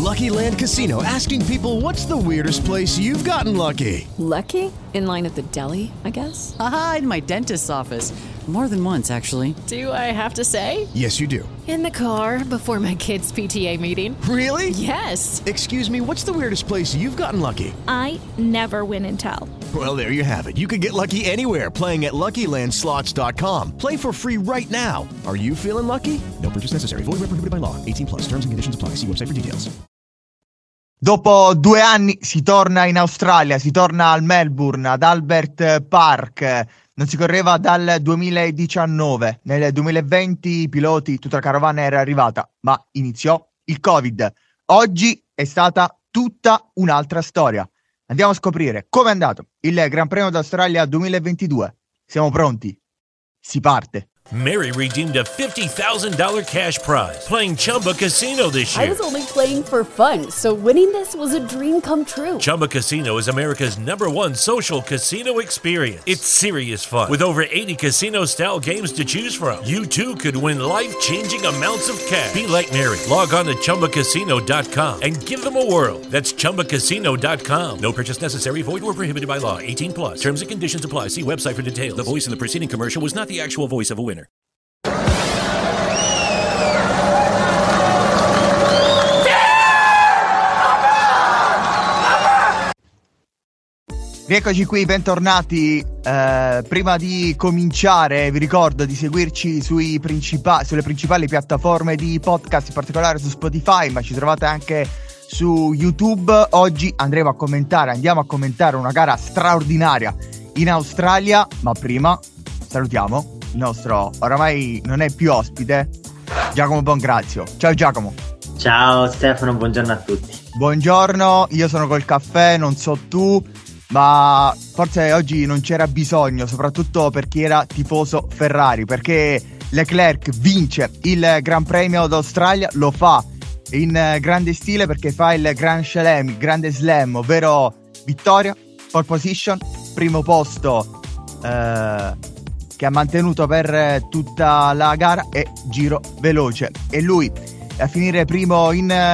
Lucky Land Casino, asking people, what's the weirdest place you've gotten lucky? Lucky? In line at the deli, I guess? Aha, in my dentist's office. More than once, actually. Do I have to say? Yes, you do. In the car before my kids' PTA meeting. Really? Yes. Excuse me, what's the weirdest place you've gotten lucky? I never win and tell. Well, there you have it. You can get lucky anywhere, playing at LuckyLandSlots.com. Play for free right now. Are you feeling lucky? No purchase necessary. Void where prohibited by law. 18 plus. Terms and conditions apply. See website for details. Dopo 2 anni si torna in Australia, si torna al Melbourne, ad Albert Park. Non si correva dal 2019. Nel 2020 i piloti, tutta la carovana era arrivata, ma iniziò il Covid. Oggi è stata tutta un'altra storia. Andiamo a scoprire come è andato il Gran Premio d'Australia 2022. Siamo pronti? Si parte. Mary redeemed a $50,000 cash prize playing Chumba Casino this year. I was only playing for fun, so winning this was a dream come true. Chumba Casino is America's #1 social casino experience. It's serious fun. With over 80 casino-style games to choose from, you too could win life-changing amounts of cash. Be like Mary. Log on to ChumbaCasino.com and give them a whirl. That's ChumbaCasino.com. No purchase necessary. Void or prohibited by law. 18 plus. Terms and conditions apply. See website for details. The voice in the preceding commercial was not the actual voice of a winner. Rieccoci qui, bentornati. Prima di cominciare vi ricordo di seguirci sulle principali piattaforme di podcast, in particolare su Spotify, ma ci trovate anche su YouTube. Oggi andiamo a commentare una gara straordinaria in Australia, ma prima salutiamo il nostro, oramai non è più ospite, Giacomo Bongrazio. Ciao Giacomo. Ciao Stefano, buongiorno a tutti. Buongiorno, io sono col caffè, non so tu, ma forse oggi non c'era bisogno, soprattutto per chi era tifoso Ferrari, perché Leclerc vince il Gran Premio d'Australia, lo fa in grande stile perché fa il grande slam, ovvero vittoria, pole position, primo posto che ha mantenuto per tutta la gara e giro veloce, e lui a finire primo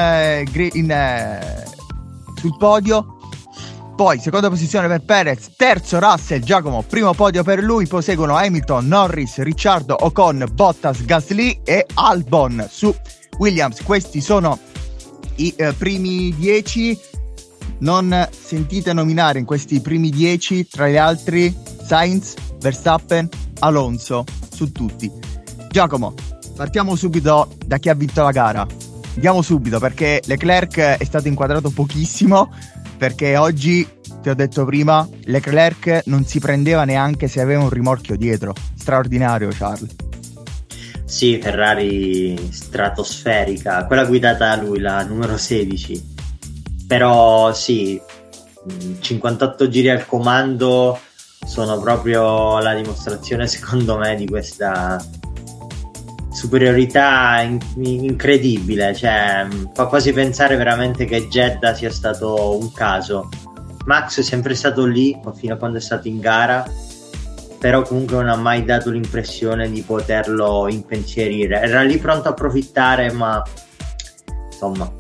sul podio. Poi seconda posizione per Perez, terzo Russell, Giacomo, primo podio per lui, poi seguono Hamilton, Norris, Ricciardo, Ocon, Bottas, Gasly e Albon su Williams. Questi sono i primi 10. Non sentite nominare in questi primi 10 tra gli altri Sainz, Verstappen, Alonso, su tutti. Giacomo, partiamo subito da chi ha vinto la gara. Andiamo subito perché Leclerc è stato inquadrato pochissimo, perché oggi, ti ho detto prima, Leclerc non si prendeva neanche se aveva un rimorchio dietro. Straordinario, Charles. Sì, Ferrari stratosferica, quella guidata da lui, la numero 16. Però sì, 58 giri al comando sono proprio la dimostrazione, secondo me, di questa superiorità incredibile. Cioè, fa quasi pensare veramente che Jeddah sia stato un caso. Max è sempre stato lì fino a quando è stato in gara, però comunque non ha mai dato l'impressione di poterlo impensierire. Era lì pronto a approfittare, ma insomma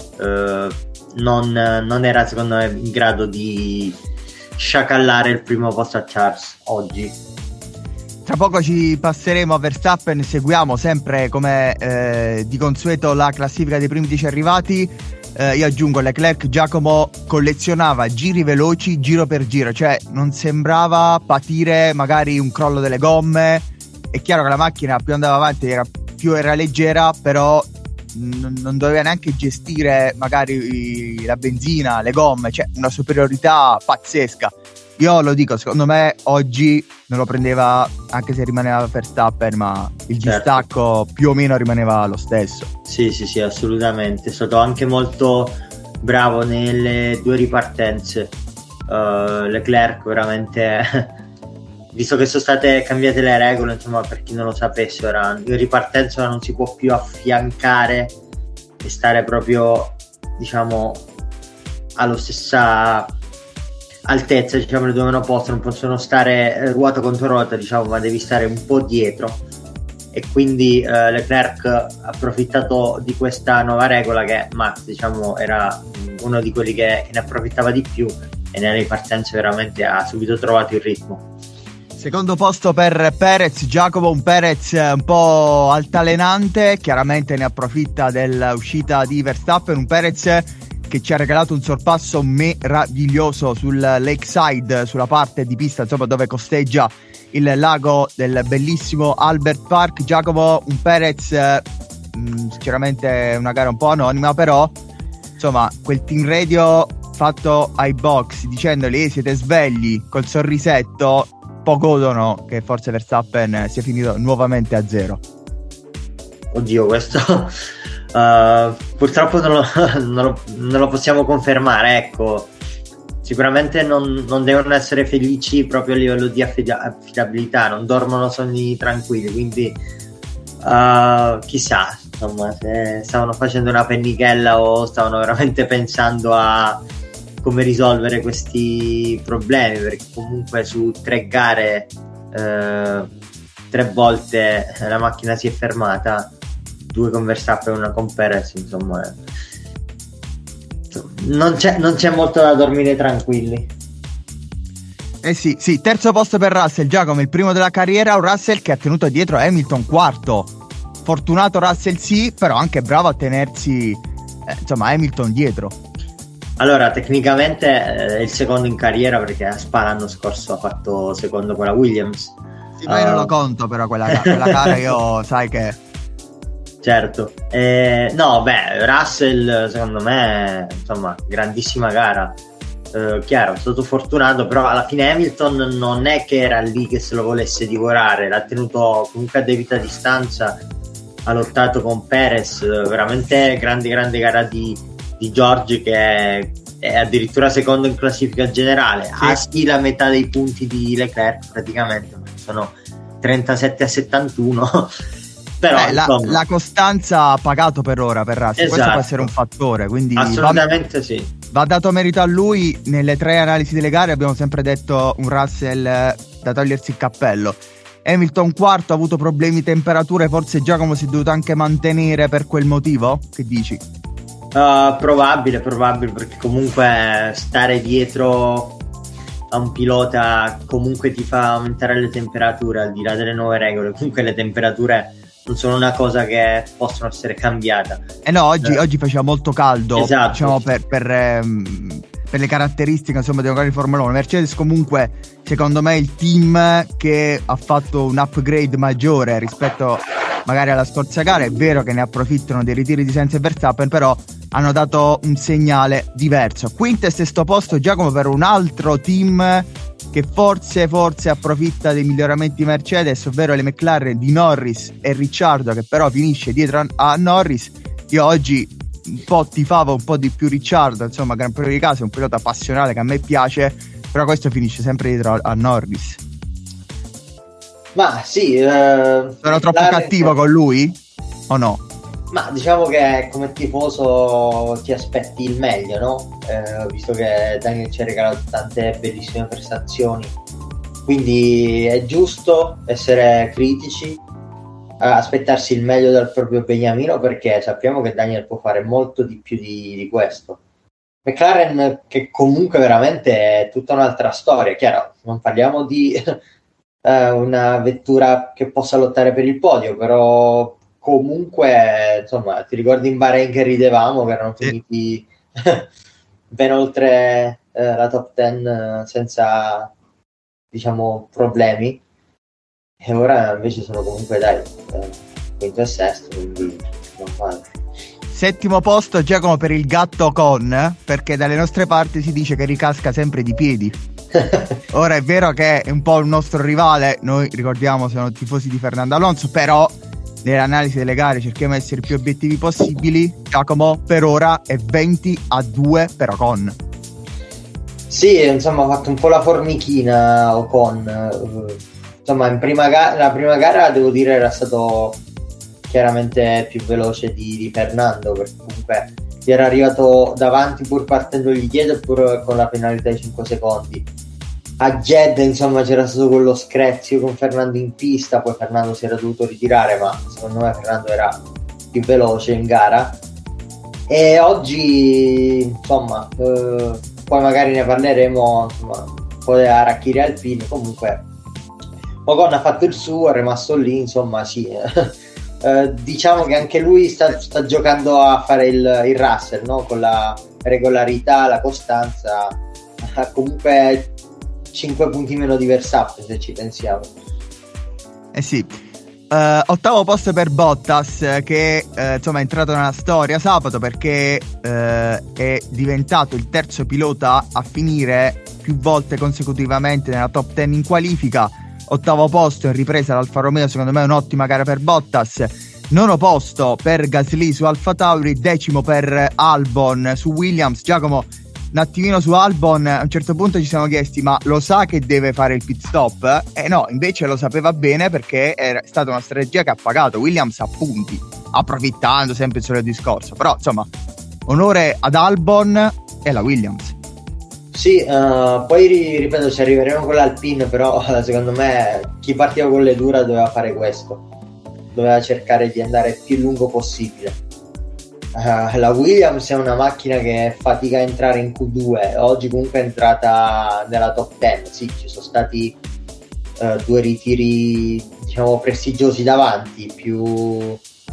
non era secondo me in grado di sciacallare il primo posto a Charles oggi. Tra poco ci passeremo a Verstappen, seguiamo sempre come di consueto la classifica dei primi 10 arrivati. Io aggiungo, Leclerc, Giacomo, collezionava giri veloci giro per giro, cioè non sembrava patire magari un crollo delle gomme. È chiaro che la macchina più andava avanti era leggera, però non doveva neanche gestire magari la benzina, le gomme, cioè una superiorità pazzesca. Io lo dico, secondo me oggi non lo prendeva, anche se rimaneva Verstappen, ma il distacco più o meno rimaneva lo stesso. Sì, assolutamente. È stato anche molto bravo nelle due ripartenze. Leclerc veramente visto che sono state cambiate le regole, insomma, per chi non lo sapesse, ora in ripartenza non si può più affiancare e stare proprio, diciamo, allo stessa altezza, diciamo, le due monoposto non possono stare ruota contro ruota, diciamo, ma devi stare un po' dietro. e quindi Leclerc ha approfittato di questa nuova regola, che Max, diciamo, era uno di quelli che ne approfittava di più, e nelle ripartenze veramente ha subito trovato il ritmo. Secondo posto per Perez, Giacomo, un Perez un po' altalenante, chiaramente ne approfitta dell'uscita di Verstappen, un Perez che ci ha regalato un sorpasso meraviglioso sul lakeside, sulla parte di pista insomma dove costeggia il lago del bellissimo Albert Park. Giacomo, un Perez sinceramente una gara un po' anonima, però insomma quel team radio fatto ai box dicendogli siete svegli col sorrisetto, po' godono che forse Verstappen sia finito nuovamente a zero. Oddio, questo purtroppo non lo possiamo confermare, ecco. Sicuramente non devono essere felici proprio a livello di affidabilità, non dormono sonni tranquilli, quindi chissà insomma se stavano facendo una pennichella o stavano veramente pensando a come risolvere questi problemi, perché comunque su 3 gare 3 volte la macchina si è fermata, 2 con Verstappen e 1 con Perez, insomma non c'è molto da dormire tranquilli. Sì, terzo posto per Russell, Giacomo, il primo della carriera, un Russell che ha tenuto dietro Hamilton quarto. Fortunato Russell sì, però anche bravo a tenersi insomma Hamilton dietro. Allora, tecnicamente è il secondo in carriera, perché a Spa l'anno scorso ha fatto secondo con la Williams. Sì, ma io non lo conto, però quella gara io sai che... Certo. No, beh, Russell secondo me, insomma, grandissima gara. Chiaro, è stato fortunato, però alla fine Hamilton non è che era lì che se lo volesse divorare, l'ha tenuto comunque a debita distanza, ha lottato con Perez, veramente grande gara di George, che è addirittura secondo in classifica generale, ha sì la metà dei punti di Leclerc praticamente, sono 37-71. Però la costanza ha pagato per ora per Russell, esatto. Questo può essere un fattore, quindi assolutamente sì, va dato merito a lui. Nelle 3 analisi delle gare abbiamo sempre detto un Russell da togliersi il cappello. Hamilton quarto, ha avuto problemi di temperature, forse Giacomo si è dovuto anche mantenere per quel motivo, che dici? Probabile, perché comunque stare dietro a un pilota comunque ti fa aumentare le temperature, al di là delle nuove regole. Comunque le temperature non sono una cosa che possono essere cambiata. No, oggi faceva molto caldo, esatto. Diciamo per le caratteristiche insomma dei gare di Formula 1. Mercedes comunque secondo me è il team che ha fatto un upgrade maggiore rispetto magari alla scorsa gara. È vero che ne approfittano dei ritiri di Sainz e Verstappen, però hanno dato un segnale diverso. Quinto e sesto posto, Giacomo, per un altro team che forse approfitta dei miglioramenti Mercedes, ovvero le McLaren di Norris e Ricciardo, che però finisce dietro a Norris. Io oggi un po' tifavo un po' di più Ricciardo, insomma Gran Premio di casa, è un pilota passionale che a me piace, però questo finisce sempre dietro a Norris. Ma sì, sono troppo cattivo con lui o no? Ma diciamo che come tifoso ti aspetti il meglio, no? Visto che Daniel ci ha regalato tante bellissime prestazioni, quindi è giusto essere critici, aspettarsi il meglio dal proprio beniamino, perché sappiamo che Daniel può fare molto di più di questo. McLaren, che comunque veramente è tutta un'altra storia, chiaro, non parliamo di una vettura che possa lottare per il podio, però comunque insomma ti ricordi in Bahrain che ridevamo, che erano finiti ben oltre la top 10 senza diciamo problemi, e ora invece sono comunque quinto e sesto, quindi non male. Settimo posto, Giacomo, per il gatto Ocon, perché dalle nostre parti si dice che ricasca sempre di piedi. Ora è vero che è un po' il nostro rivale, noi ricordiamo siamo tifosi di Fernando Alonso, però nell'analisi delle gare cerchiamo di essere più obiettivi possibili. Giacomo, per ora è 20-2 per Ocon. Sì, insomma ha fatto un po' la formichina Ocon, insomma la prima gara devo dire era stato chiaramente più veloce di Fernando, perché comunque gli era arrivato davanti pur partendogli dietro, pur con la penalità di 5 secondi. a Jeddah insomma c'era stato quello screzio con Fernando in pista, poi Fernando si era dovuto ritirare, ma secondo me Fernando era più veloce in gara. E oggi insomma poi magari ne parleremo, insomma, un po' di Harakiri alpini. Comunque Ocon ha fatto il suo, è rimasto lì, insomma sì. Diciamo che anche lui sta giocando a fare il Russell, no? Con la regolarità, la costanza, ha comunque 5 punti meno di Verstappen, se ci pensiamo. Sì. Ottavo posto per Bottas, che insomma è entrato nella storia sabato perché è diventato il terzo pilota a finire più volte consecutivamente nella top 10 in qualifica. Ottavo posto in ripresa dall'Alfa Romeo, secondo me è un'ottima gara per Bottas. Nono posto per Gasly su Alfa Tauri, decimo per Albon su Williams. Giacomo, un attimino su Albon, a un certo punto ci siamo chiesti: ma lo sa che deve fare il pit stop? No, invece lo sapeva bene, perché è stata una strategia che ha pagato Williams a punti, approfittando sempre il solito discorso. Però insomma, onore ad Albon e alla Williams. Sì, poi ripeto, ci arriveremo con l'Alpine, però secondo me chi partiva con le dura doveva fare questo, doveva cercare di andare più lungo possibile. La Williams è una macchina che fatica a entrare in Q2, oggi comunque è entrata nella top 10. Sì, ci sono stati 2 ritiri diciamo prestigiosi davanti, più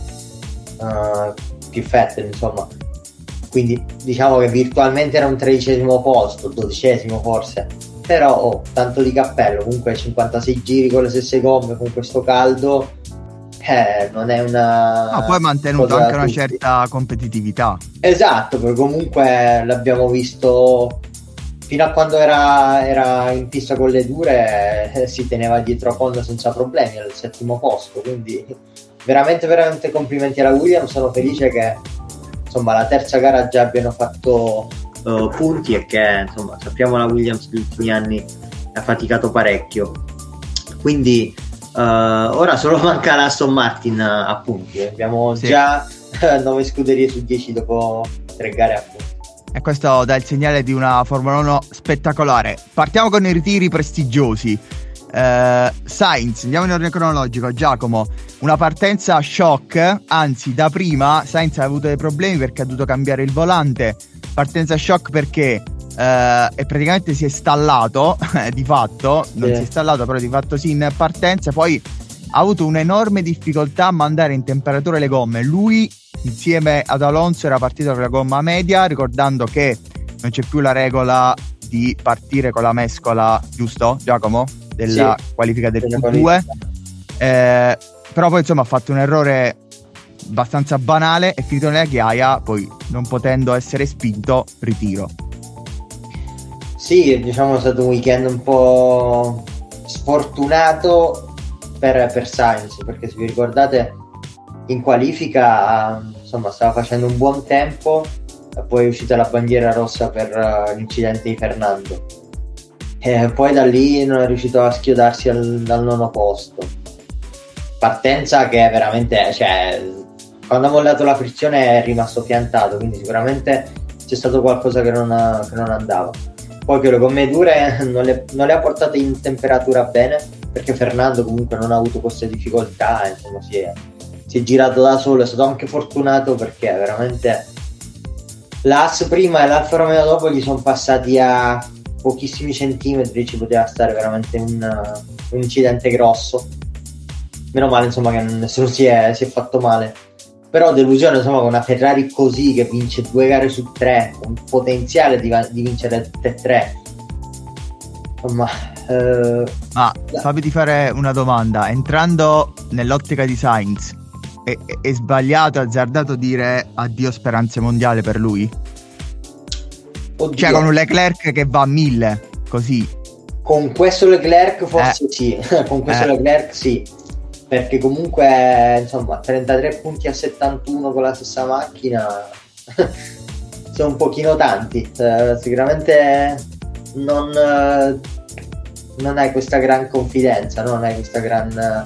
Vettel insomma, quindi diciamo che virtualmente era un 13° posto, 12° forse, però tanto di cappello. Comunque 56 giri con le stesse gomme, con questo caldo, non è una... No, poi ha mantenuto anche una certa competitività. Esatto, perché comunque l'abbiamo visto fino a quando era in pista con le dure, si teneva dietro a Honda senza problemi al 7° posto, quindi veramente complimenti alla Williams. Sono felice che insomma la terza gara già abbiano fatto punti, e che insomma sappiamo la Williams negli ultimi anni ha faticato parecchio, quindi ora solo manca la Aston Martin a punti. Abbiamo già 9 scuderie su 10 dopo 3 gare a punti, e questo dà il segnale di una Formula 1 spettacolare. Partiamo con i ritiri prestigiosi. Sainz, andiamo in ordine cronologico. Giacomo, una partenza shock, anzi da prima Sainz ha avuto dei problemi perché ha dovuto cambiare il volante. Partenza shock perché e praticamente si è stallato di fatto, non si è stallato però di fatto sì, in partenza. Poi ha avuto un'enorme difficoltà a mandare in temperatura le gomme. Lui insieme ad Alonso era partito con la gomma media, ricordando che non c'è più la regola di partire con la mescola, giusto Giacomo? Della qualifica del Q2, però poi insomma ha fatto un errore abbastanza banale, è finito nella ghiaia, poi non potendo essere spinto, ritiro. Sì, diciamo è stato un weekend un po' sfortunato per Sainz, perché se vi ricordate in qualifica insomma stava facendo un buon tempo, poi è uscita la bandiera rossa per l'incidente di Fernando. Poi da lì non è riuscito a schiodarsi dal 9° posto. Partenza che veramente, cioè, quando ha mollato la frizione è rimasto piantato, quindi sicuramente c'è stato qualcosa che non andava. Poi che le gomme dure non le ha portate in temperatura bene, perché Fernando comunque non ha avuto queste difficoltà, insomma si è girato da solo. È stato anche fortunato perché veramente l'Haas prima e l'Alfa Romeo dopo gli sono passati a pochissimi centimetri, ci poteva stare veramente un incidente grosso. Meno male insomma che nessuno si è fatto male, però delusione insomma con una Ferrari così, che vince 2 gare su 3, con potenziale di vincere 3. Insomma ma fammi ti fare una domanda, entrando nell'ottica di Sainz, è sbagliato, azzardato dire addio speranze mondiali per lui? Oddio. Cioè con un Leclerc che va a 1000 così, con questo Leclerc forse sì, con questo Leclerc sì, perché comunque insomma 33 punti a 71 con la stessa macchina sono un pochino tanti. Sicuramente non hai questa gran confidenza, non hai questa gran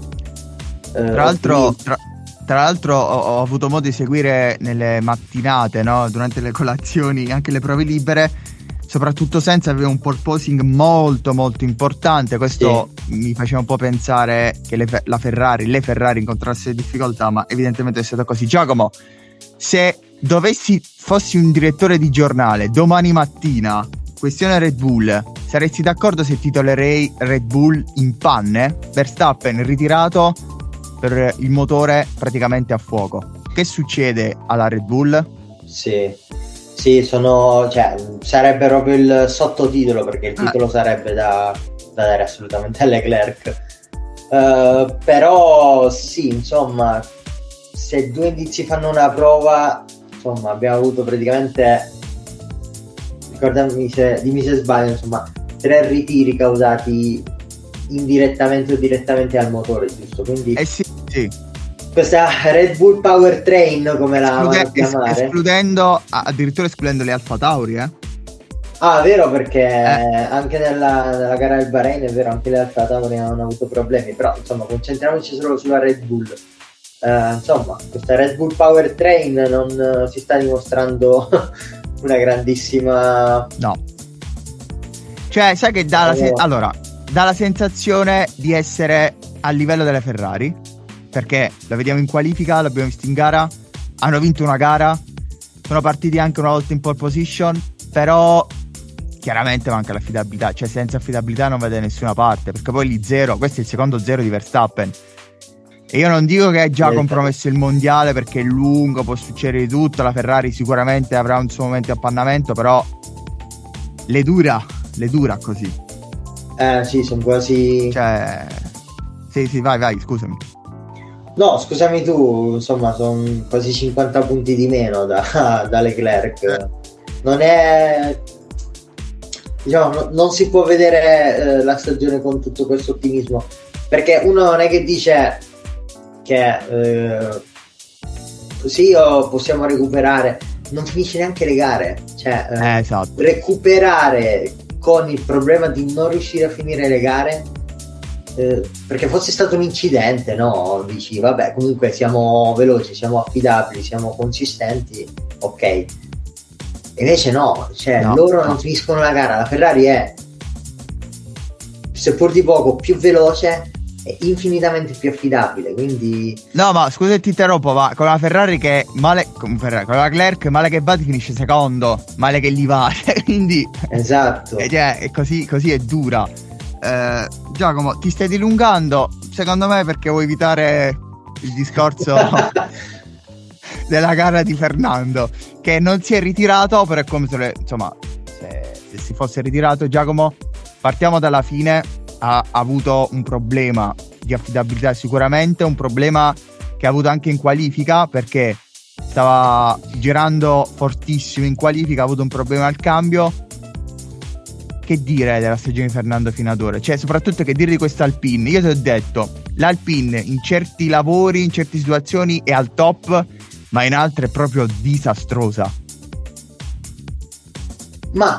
Tra l'altro ho avuto modo di seguire nelle mattinate, no? Durante le colazioni, anche le prove libere. soprattutto Sainz aveva un porpoising molto molto importante. Questo mi faceva un po' pensare che le Ferrari incontrassero difficoltà, ma evidentemente è stato così. Giacomo, se fossi un direttore di giornale domani mattina, questione Red Bull, saresti d'accordo se titolerei Red Bull in panne? Verstappen ritirato per il motore praticamente a fuoco. Che succede alla Red Bull? Sì, sarebbe proprio il sottotitolo, perché il titolo sarebbe da dare assolutamente a Leclerc. Però sì, insomma, se due indizi fanno una prova, insomma, abbiamo avuto praticamente, dimmi se sbaglio, insomma, 3 ritiri causati indirettamente o direttamente al motore, giusto? Quindi sì. Questa Red Bull Powertrain, come la vanno a chiamare, addirittura escludendo le Alfa Tauri, vero, perché anche nella gara del Bahrain, è vero, anche le Alfa Tauri hanno avuto problemi, però insomma concentriamoci solo sulla Red Bull. Insomma, questa Red Bull Powertrain non si sta dimostrando una grandissima... No, cioè sai che dà la sensazione di essere a livello delle Ferrari, perché la vediamo in qualifica, l'abbiamo visto in gara, hanno vinto una gara, sono partiti anche una volta in pole position, però chiaramente manca l'affidabilità, cioè senza affidabilità non vede nessuna parte, perché poi lì zero, questo è il secondo zero di Verstappen, e io non dico che è già compromesso il mondiale, perché è lungo, può succedere di tutto, la Ferrari sicuramente avrà un suo momento di appannamento, però le dura così. Sì, sono quasi... Cioè... Sì, vai, scusami. No, scusami tu, insomma, sono quasi 50 punti di meno da Leclerc. Non è... Diciamo, non si può vedere la stagione con tutto questo ottimismo, perché uno non è che dice che sì, possiamo recuperare, non finisce neanche le gare, cioè esatto. Recuperare con il problema di non riuscire a finire le gare, perché fosse stato un incidente, no? Dici vabbè, comunque siamo veloci, siamo affidabili, siamo consistenti, ok. Invece no, cioè loro non finiscono la gara. La Ferrari è, seppur di poco, più veloce e infinitamente più affidabile, quindi... No, ma scusa ti interrompo, ma con la Ferrari che male, con la Leclerc male che va ti finisce secondo, male che gli va, quindi... Esatto. Cioè, così è dura. Giacomo, ti stai dilungando, secondo me, perché vuoi evitare il discorso della gara di Fernando, che non si è ritirato, però è come se si fosse ritirato. Giacomo, partiamo dalla fine. Ha avuto un problema di affidabilità, sicuramente un problema che ha avuto anche in qualifica, perché stava girando fortissimo in qualifica, ha avuto un problema al cambio. Che dire della stagione di Fernando fino ad ora? Cioè, soprattutto che dire di questa Alpine? Io ti ho detto, l'Alpine in certi lavori, in certe situazioni è al top, ma in altre è proprio disastrosa. Ma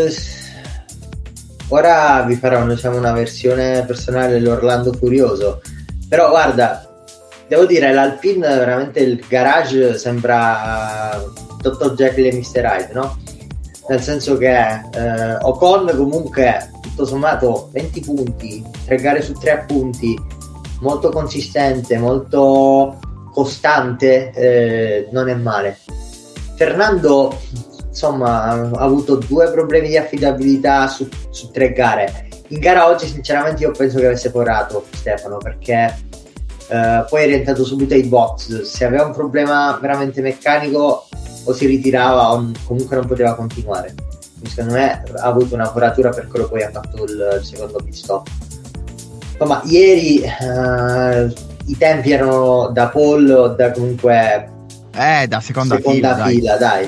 ora vi farò una versione personale dell'Orlando Furioso, però guarda, devo dire, l'Alpine veramente, il garage sembra Dr. Jekyll e Mr. Hyde, no? Nel senso che Ocon comunque tutto sommato 20 punti, 3 gare su 3 appunti, molto consistente, molto costante, non è male. Fernando insomma ha avuto 2 problemi di affidabilità su 3 gare. In gara oggi sinceramente io penso che avesse forato Stefano, perché poi è rientrato subito ai box. Se aveva un problema veramente meccanico o si ritirava o comunque non poteva continuare. Quindi secondo me ha avuto una foratura, per quello poi ha fatto il secondo pit stop. Insomma, ieri i tempi erano da pole o da comunque da seconda fila, dai.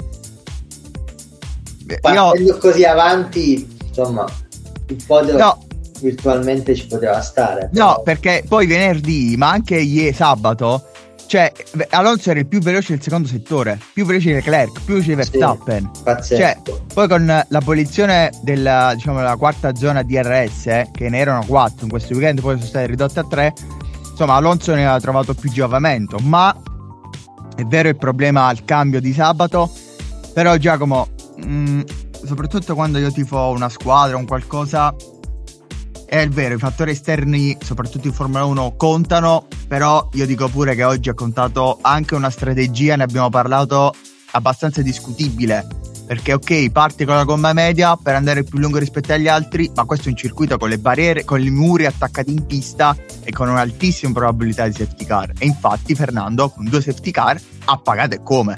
Partendo così avanti, insomma, il podio virtualmente ci poteva stare. No, perché poi venerdì, ma anche ieri sabato, cioè Alonso era il più veloce del secondo settore, più veloce di Leclerc, più veloce di Verstappen. Sì, pazzesco. Cioè, poi con l'abolizione della, la quarta zona DRS, che ne erano 4 in questo weekend, poi sono state ridotte a 3, insomma Alonso ne aveva trovato più giovamento. Ma è vero il problema al cambio di sabato, però Giacomo, soprattutto quando io tifo una squadra o un qualcosa, è vero, i fattori esterni, soprattutto in Formula 1, contano, però io dico pure che oggi ha contato anche una strategia, ne abbiamo parlato, abbastanza discutibile, perché ok, parti con la gomma media per andare più lungo rispetto agli altri, ma questo è un circuito con le barriere, con i muri attaccati in pista e con un'altissima probabilità di safety car, e infatti Fernando con 2 safety car ha pagato e come.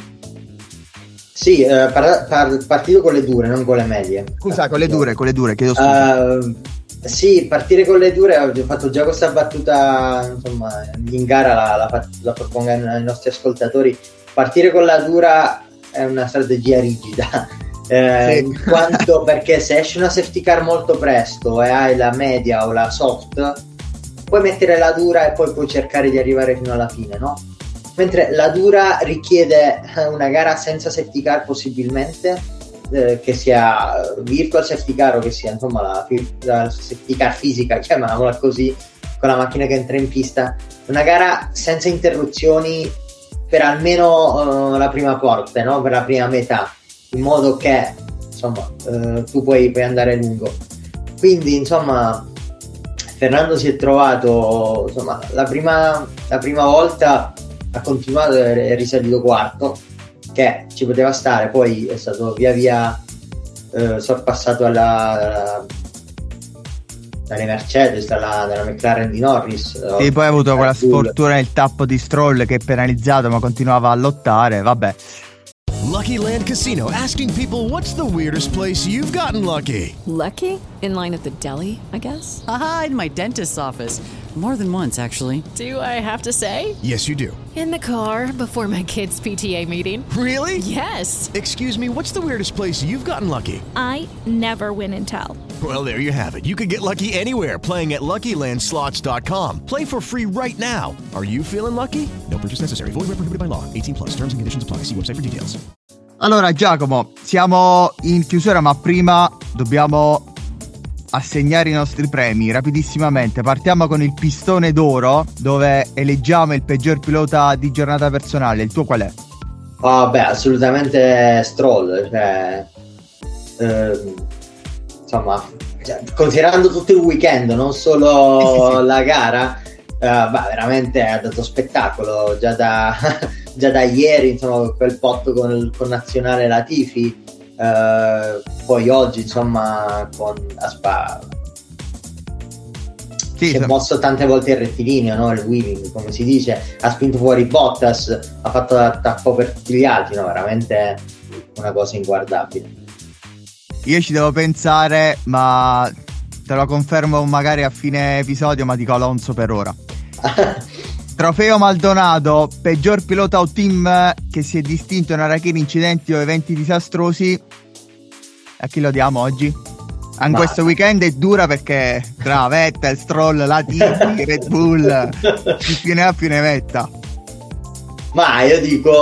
Sì, partito con le dure, non con le medie. Scusa, con le dure, chiedo scusa. Sì, partire con le dure, ho fatto già questa battuta, insomma, in gara la propongo ai nostri ascoltatori. Partire con la dura è una strategia rigida, sì. In quanto perché se esce una safety car molto presto e hai la media o la soft, puoi mettere la dura e poi puoi cercare di arrivare fino alla fine, no? Mentre la dura richiede una gara senza safety car possibilmente, che sia virtual safety car o che sia insomma la safety car fisica, chiamiamola così, con la macchina che entra in pista. Una gara senza interruzioni per almeno la prima parte, no? Per la prima metà, in modo che insomma tu puoi andare lungo. Quindi insomma Fernando si è trovato, insomma, la prima volta ha continuato e è risalito quarto, che ci poteva stare, poi è stato via via sorpassato dalle Mercedes, dalla McLaren di Norris. E poi ha avuto quella sfortuna nel tappo di Stroll che è penalizzato, ma continuava a lottare, vabbè. Lucky Land Casino, asking people, what's the weirdest place you've gotten lucky? Lucky? In line at the deli, I guess? Aha, in my dentist's office. More than once, actually. Do I have to say? Yes, you do. In the car before my kids' PTA meeting. Really? Yes. Excuse me, what's the weirdest place you've gotten lucky? I never win and tell. Well, there you have it. You can get lucky anywhere, playing at LuckyLandSlots.com. Play for free right now. Are you feeling lucky? No purchase necessary. Void where prohibited by law. 18 plus. Terms and conditions apply. See website for details. Allora Giacomo, siamo in chiusura, ma prima dobbiamo assegnare i nostri premi rapidissimamente. Partiamo con il pistone d'oro, dove eleggiamo il peggior pilota di giornata personale. Il tuo qual è? Assolutamente Stroll, cioè, insomma, considerando tutto il weekend, non solo la gara, veramente ha dato spettacolo già da ieri, insomma, quel potto con Nazionale Latifi. Poi oggi insomma con Aspa si è mosso tante volte il rettilineo, no? Il weaving, come si dice, ha spinto fuori Bottas, ha fatto l'attacco per tutti gli altri, no? Veramente una cosa inguardabile. Io ci devo pensare, ma te lo confermo magari a fine episodio, ma dico Alonso per ora. Trofeo Maldonado, peggior pilota o team che si è distinto in arachiri, incidenti o eventi disastrosi. A chi lo diamo oggi? Anche questo weekend è dura perché tra Vettel, Stroll, Latifi, Red Bull, chi più ne ha più ne metta. Ma io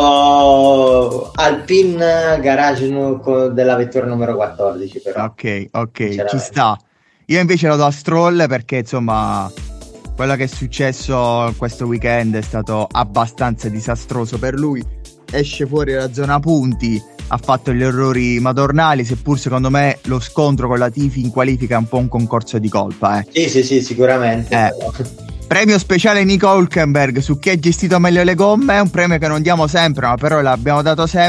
dico Alpine Garage della vettura numero 14 però. Ok, ci sta. Io invece lo do a Stroll perché insomma quello che è successo questo weekend è stato abbastanza disastroso per lui. Esce fuori dalla zona punti, ha fatto gli errori madornali, seppur secondo me lo scontro con la Latifi in qualifica è un po' un concorso di colpa. Sì, sicuramente. Premio speciale Nico Hülkenberg su chi ha gestito meglio le gomme, un premio che non diamo sempre, ma però l'abbiamo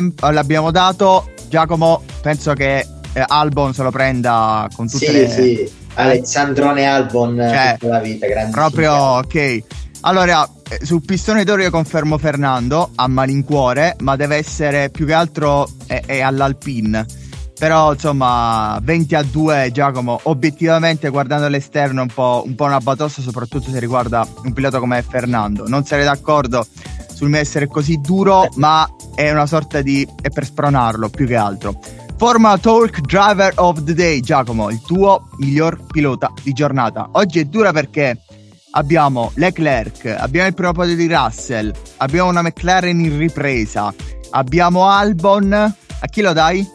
dato. Giacomo, penso che Albon se lo prenda con tutte Sì, Alessandrone Albon, tutta la vita, grandissimo. Proprio ok. Allora, sul pistone d'oro io confermo Fernando a malincuore, ma deve essere più che altro è all'Alpine. Però insomma 20-2 Giacomo, obiettivamente guardando all'esterno è un po' una batosta, soprattutto se riguarda un pilota come Fernando. Non sarei d'accordo sul mio essere così duro, ma è una sorta di... è per spronarlo più che altro. Formula Talk Driver of the Day, Giacomo, il tuo miglior pilota di giornata. Oggi è dura perché abbiamo Leclerc, abbiamo il primo podio di Russell, abbiamo una McLaren in ripresa, abbiamo Albon. A chi lo dai?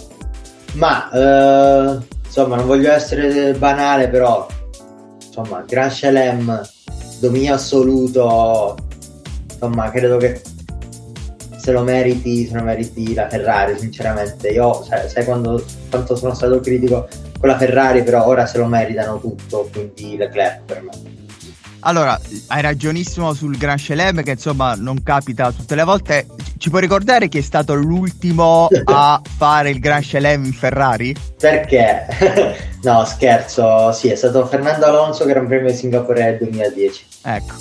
Ma insomma, non voglio essere banale, però insomma, Grand Chelem, dominio assoluto, insomma, credo che se lo meriti la Ferrari, sinceramente. Io sai quanto sono stato critico con la Ferrari, però ora se lo meritano tutto, quindi Leclerc per me. Allora, hai ragionissimo sul Grand Chelem, che insomma non capita tutte le volte. Ci puoi ricordare chi è stato l'ultimo a fare il Grand Chelem in Ferrari? Perché? No, scherzo, sì, è stato Fernando Alonso, Gran Premio di Singapore nel 2010. Ecco.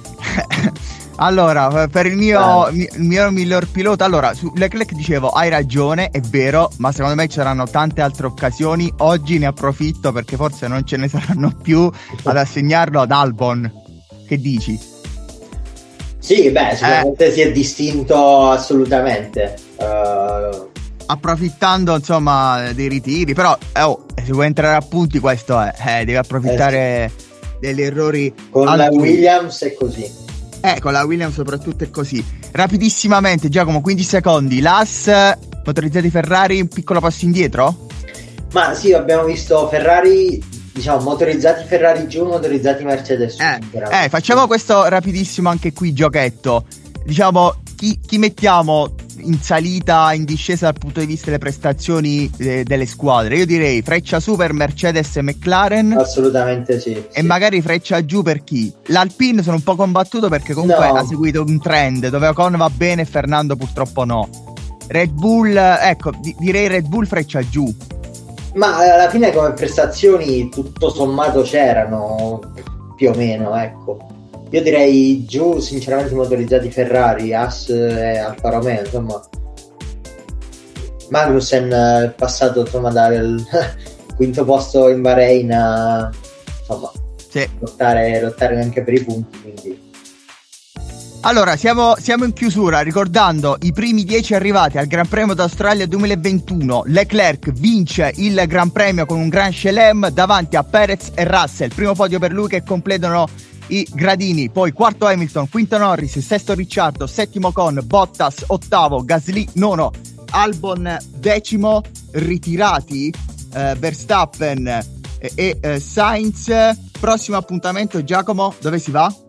Allora, per il mio miglior pilota, allora, su Leclerc dicevo, hai ragione, è vero, ma secondo me ci saranno tante altre occasioni. Oggi ne approfitto perché forse non ce ne saranno più ad assegnarlo ad Albon. Che dici? Sì, beh, sicuramente si è distinto assolutamente. Approfittando, insomma, dei ritiri, però se vuoi entrare a punti, questo è, devi approfittare degli errori. Con la Williams è così. Con la Williams soprattutto è così. Rapidissimamente, Giacomo, 15 secondi. L'AS, motorizzati Ferrari, un piccolo passo indietro? Ma sì, abbiamo visto Ferrari, diciamo, motorizzati Ferrari giù, motorizzati Mercedes su. Facciamo questo rapidissimo anche qui, giochetto. Diciamo, chi mettiamo in salita, in discesa dal punto di vista delle prestazioni delle squadre? Io direi freccia su per Mercedes e McLaren. Assolutamente sì. E magari freccia giù per chi? L'Alpine sono un po' combattuto perché comunque ha seguito un trend dove Ocon va bene e Fernando purtroppo no. Red Bull, ecco, direi Red Bull freccia giù. Ma alla fine come prestazioni tutto sommato c'erano più o meno, ecco. Io direi giù, sinceramente, motorizzati Ferrari, Haas e Alfa Romeo, insomma. Magnussen è passato, insomma, dal quinto posto in Bahrain a, insomma, sì, lottare anche per i punti, quindi. Allora, siamo in chiusura ricordando i primi 10 arrivati al Gran Premio d'Australia 2021. Leclerc vince il Gran Premio con un Grand Chelem davanti a Perez e Russell. Primo podio per lui che completano i gradini. Poi quarto Hamilton, quinto Norris, sesto Ricciardo, settimo Ocon, Bottas, ottavo Gasly, nono Albon, decimo ritirati Verstappen e Sainz. Prossimo appuntamento, Giacomo, dove si va?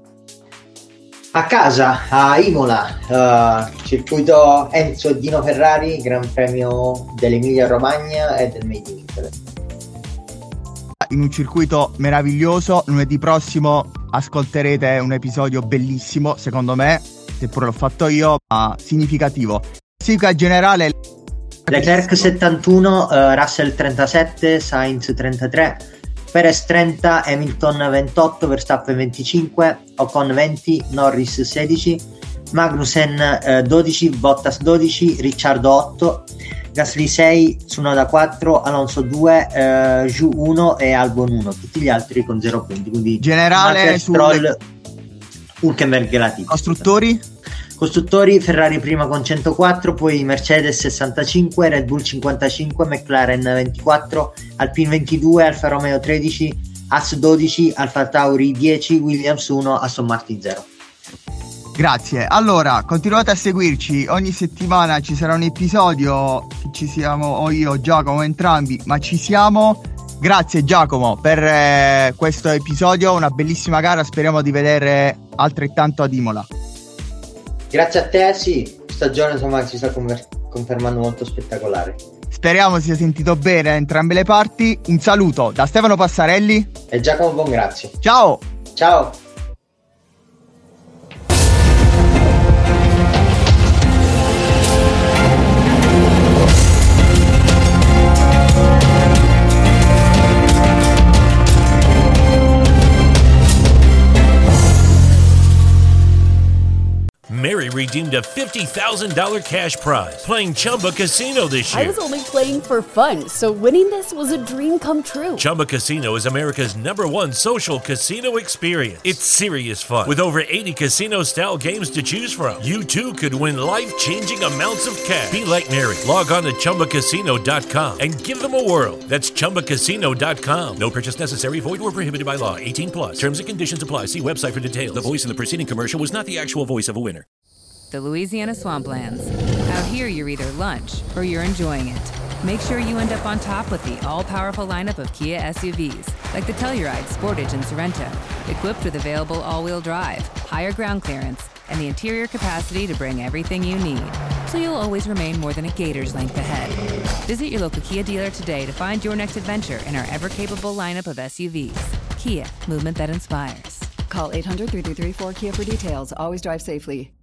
A casa, a Imola, circuito Enzo e Dino Ferrari, Gran Premio dell'Emilia Romagna e del Made in Italy. In un circuito meraviglioso. Lunedì prossimo ascolterete un episodio bellissimo, secondo me, seppure l'ho fatto io, ma significativo. Classifica generale: Leclerc 71, Russell 37, Sainz 33, Perez 30, Hamilton 28, Verstappen 25, Ocon 20, Norris 16, Magnussen 12, Bottas 12, Ricciardo 8, Gasly 6, Tsunoda 4, Alonso 2, Zhou 1 e Albon 1, tutti gli altri con 0 punti, quindi generale Stroll, Hülkenberg e Latifi. Costruttori, Ferrari prima con 104, poi Mercedes 65, Red Bull 55, McLaren 24, Alpine 22, Alfa Romeo 13, Haas 12, Alfa Tauri 10, Williams 1, Aston Martin 0. Grazie. Allora, continuate a seguirci, ogni settimana ci sarà un episodio, ci siamo o io o Giacomo, entrambi, ma ci siamo. Grazie Giacomo per questo episodio, una bellissima gara, speriamo di vedere altrettanto ad Imola. Grazie a te, sì, stagione insomma si sta confermando molto spettacolare. Speriamo sia sentito bene da entrambe le parti. Un saluto da Stefano Passarelli e Giacomo Bongrazio. Ciao! Ciao! Mary redeemed a $50,000 cash prize playing Chumba Casino this year. I was only playing for fun, so winning this was a dream come true. Chumba Casino is America's #1 social casino experience. It's serious fun. With over 80 casino-style games to choose from, you too could win life-changing amounts of cash. Be like Mary. Log on to ChumbaCasino.com and give them a whirl. That's ChumbaCasino.com. No purchase necessary. Void where prohibited by law. 18+. Terms and conditions apply. See website for details. The voice in the preceding commercial was not the actual voice of a winner. The Louisiana Swamplands. Out here, you're either lunch or you're enjoying it. Make sure you end up on top with the all-powerful lineup of Kia SUVs, like the Telluride, Sportage, and Sorento, equipped with available all-wheel drive, higher ground clearance, and the interior capacity to bring everything you need, so you'll always remain more than a gator's length ahead. Visit your local Kia dealer today to find your next adventure in our ever-capable lineup of SUVs. Kia, movement that inspires. Call 800-333-4KIA for details. Always drive safely.